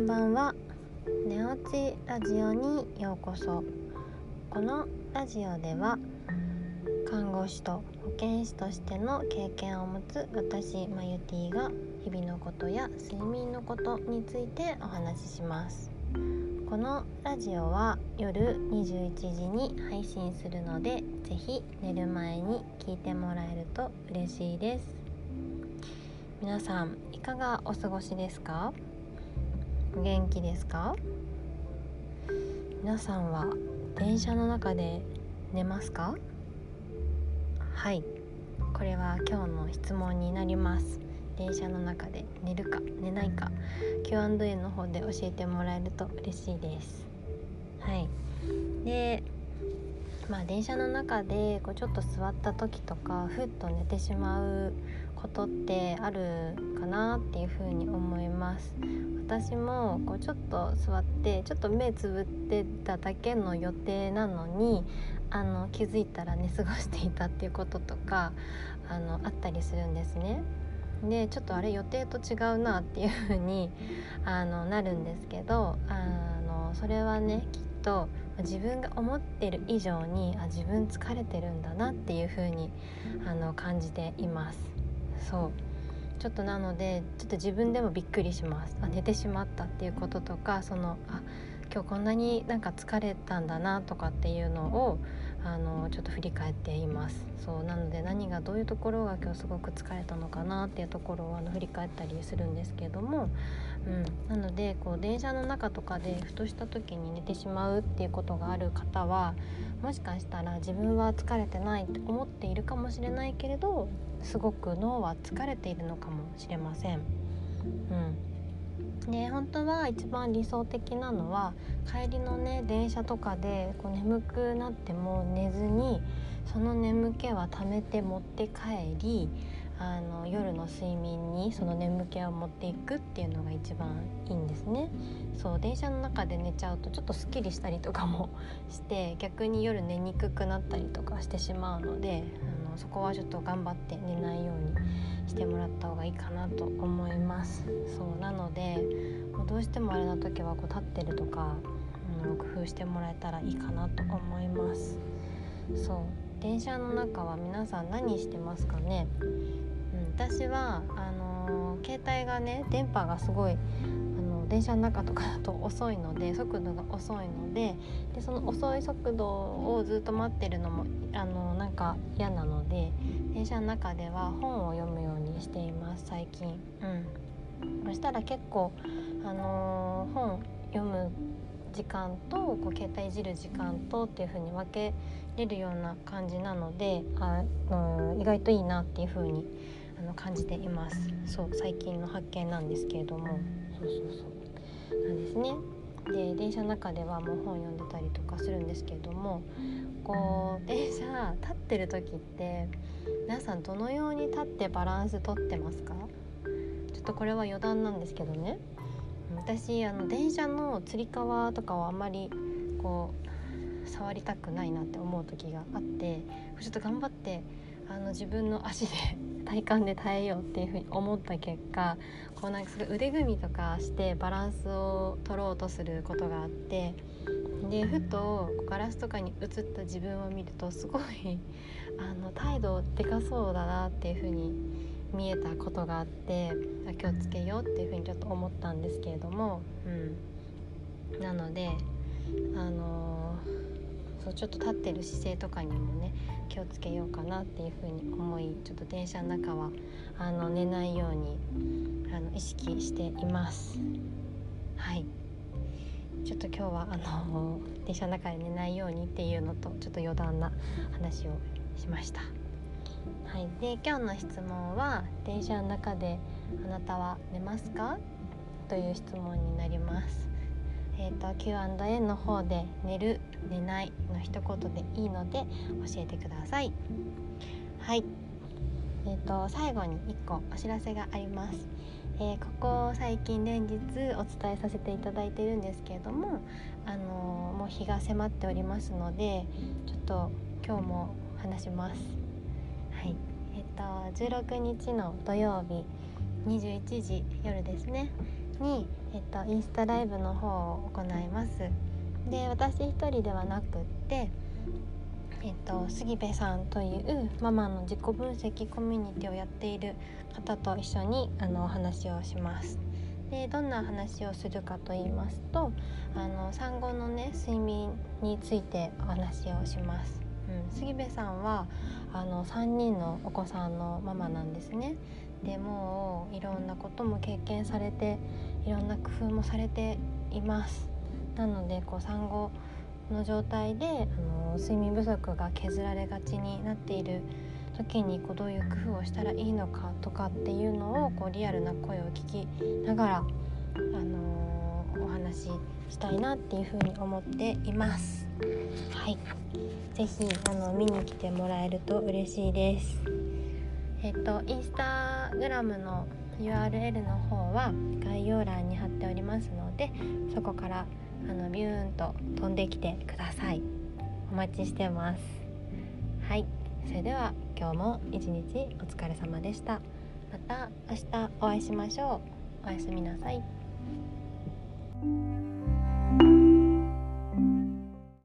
んばんは。寝落ちラジオにようこそ。このラジオでは看護師と保健師としての経験を持つ私マユティが日々のことや睡眠のことについてお話しします。このラジオは夜21時に配信するので、ぜひ寝る前に聞いてもらえると嬉しいです。皆さんいかがお過ごしですか？お元気ですか？皆さんは電車の中で寝ますか？はい、これは今日の質問になります。電車の中で寝るか寝ないか Q&A の方で教えてもらえると嬉しいです。はい。で、電車の中でちょっと座った時とかふっと寝てしまうことってあるかなっていうふうに思います。私もちょっと座ってちょっと目つぶってただけの予定なのに気づいたら寝過ごしていたっていうこととかあったりするんですね。でちょっとあれ予定と違うなっていうふうになるんですけど、それはねきっと自分が思ってる以上に自分疲れてるんだなっていうふうに感じています。そうちょっとなのでちょっと自分でもびっくりします。寝てしまったっていうこととか今日こんなに疲れたんだなとかっていうのをちょっと振り返っています。そうなので何がどういうところが今日すごく疲れたのかなっていうところを振り返ったりするんですけども、なので電車の中とかでふとした時に寝てしまうっていうことがある方は、もしかしたら自分は疲れてないって思っているかもしれないけれど、すごく脳は疲れているのかもしれません。で本当は一番理想的なのは帰りのね電車とかで眠くなっても寝ずに、その眠気は溜めて持って帰り夜の睡眠にその眠気を持っていくっていうのが一番いいんですね。そう電車の中で寝ちゃうとちょっとスッキリしたりとかもして逆に夜寝にくくなったりとかしてしまうので、そこはちょっと頑張って寝ないようにしてもらった方がいいかなと思います。そうなのでどうしてもあれな時は立ってるとか工夫してもらえたらいいかなと思います。そう電車の中は皆さん何してますかね？私は携帯がね電波がすごい電車の中とかだと遅いので速度が遅いので、その遅い速度をずっと待ってるのも嫌なので、電車の中では本を読むようにしています最近。そしたら結構本読む時間と携帯いじる時間とっていう風に分けれるような感じなので意外といいなっていう風に感じています。そう最近の発見なんですけれども、そうなんですね。で電車の中ではもう本読んでたりとかするんですけれども、電車立ってる時って皆さんどのように立ってバランス取ってますか？ちょっとこれは余談なんですけどね、私電車のつり革とかをあんまり触りたくないなって思う時があって、ちょっと頑張って自分の足で体幹で耐えようっていう風に思った結果すごい腕組みとかしてバランスを取ろうとすることがあって、でふとガラスとかに映った自分を見るとすごい態度でかそうだなっていう風に見えたことがあって、気をつけようっていう風にちょっと思ったんですけれども、なのでちょっと立ってる姿勢とかにもね気をつけようかなっていう風に思い、ちょっと電車の中は寝ないように意識しています。はい、ちょっと今日は電車の中で寝ないようにっていうのとちょっと余談な話をしました。はい、で今日の質問は電車の中であなたは寝ますか？という質問になります。Q&A の方で寝る寝ないの一言でいいので教えてください。はい、最後に1個お知らせがあります。ここ最近連日お伝えさせていただいているんですけれども、もう日が迫っておりますのでちょっと今日も話します。はい、16日の土曜日21時夜ですねに、インスタライブの方を行います。で、私一人ではなくって、杉部さんというママの自己分析コミュニティをやっている方と一緒にお話をします。で、どんな話をするかと言いますと、産後のね睡眠についてお話をします。杉部さんは3人のお子さんのママなんですね。でもういろんなことも経験されて、いろんな工夫もされています。なので産後の状態で睡眠不足が削られがちになっている時にどういう工夫をしたらいいのかとかっていうのをリアルな声を聞きながら、お話ししたいなっていうふうに思っています。はい、ぜひ見に来てもらえると嬉しいです。インスタグラムの URL の方は概要欄に貼っておりますので、そこからビューンと飛んできてください。お待ちしてます。はい、それでは今日も一日お疲れ様でした。また明日お会いしましょう。おやすみなさい。